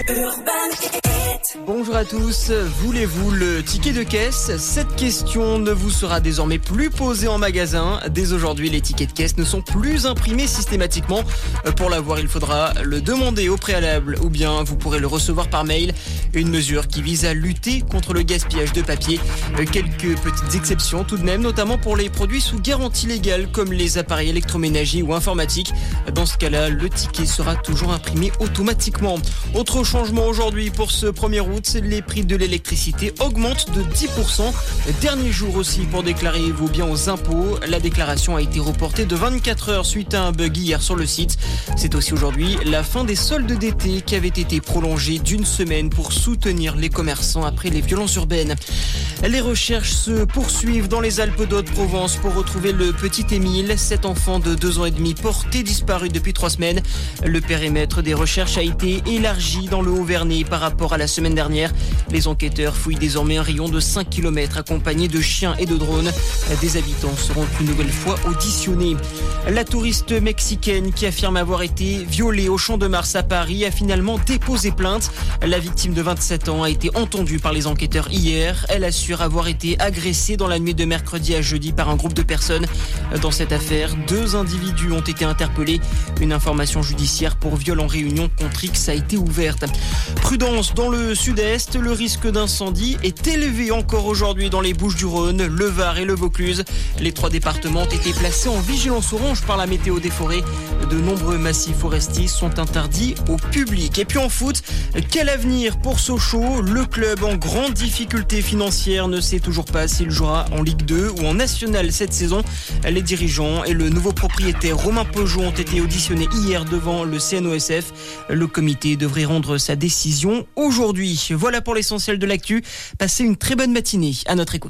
Bonjour à tous, voulez-vous le ticket de caisse ? Cette question ne vous sera désormais plus posée en magasin. Dès aujourd'hui, les tickets de caisse ne sont plus imprimés systématiquement. Pour l'avoir, il faudra le demander au préalable ou bien vous pourrez le recevoir par mail. Une mesure qui vise à lutter contre le gaspillage de papier. Quelques petites exceptions tout de même, notamment pour les produits sous garantie légale comme les appareils électroménagers ou informatiques. Dans ce cas-là, le ticket sera toujours imprimé automatiquement. Autre changement aujourd'hui pour ce 1er août, les prix de l'électricité augmentent de 10%. Dernier jour aussi pour déclarer vos biens aux impôts. La déclaration a été reportée de 24 heures suite à un bug hier sur le site. C'est aussi aujourd'hui la fin des soldes d'été qui avaient été prolongés d'une semaine pour soutenir les commerçants après les violences urbaines. Les recherches se poursuivent dans les Alpes d'Haute-Provence pour retrouver le petit Émile, cet enfant de 2 ans et demi porté disparu depuis 3 semaines. Le périmètre des recherches a été élargi dans le Haut-Vernay par rapport à la semaine dernière. Les enquêteurs fouillent désormais un rayon de 5 km accompagné de chiens et de drones. Des habitants seront une nouvelle fois auditionnés. La touriste mexicaine qui affirme avoir été violée au Champ de Mars à Paris a finalement déposé plainte. La victime de 27 ans a été entendue par les enquêteurs hier. Elle assure avoir été agressée dans la nuit de mercredi à jeudi par un groupe de personnes. Dans cette affaire, 2 individus ont été interpellés. Une information judiciaire pour viol en réunion contre X a été ouverte. Prudence dans le sud-est, le risque d'incendie est élevé encore aujourd'hui dans les Bouches-du-Rhône, le Var et le Vaucluse. Les 3 départements ont été placés en vigilance orange par la météo des forêts. De nombreux massifs forestiers sont interdits au public. Et puis en foot, quel avenir pour Sochaux ? Le club en grande difficulté financière ne sait toujours pas s'il jouera en Ligue 2 ou en National cette saison. Les dirigeants et le nouveau propriétaire Romain Peugeot ont été auditionnés hier devant le CNOSF. Le comité devrait rendre sa décision aujourd'hui. Voilà pour l'essentiel de l'actu. Passez une très bonne matinée à notre écoute.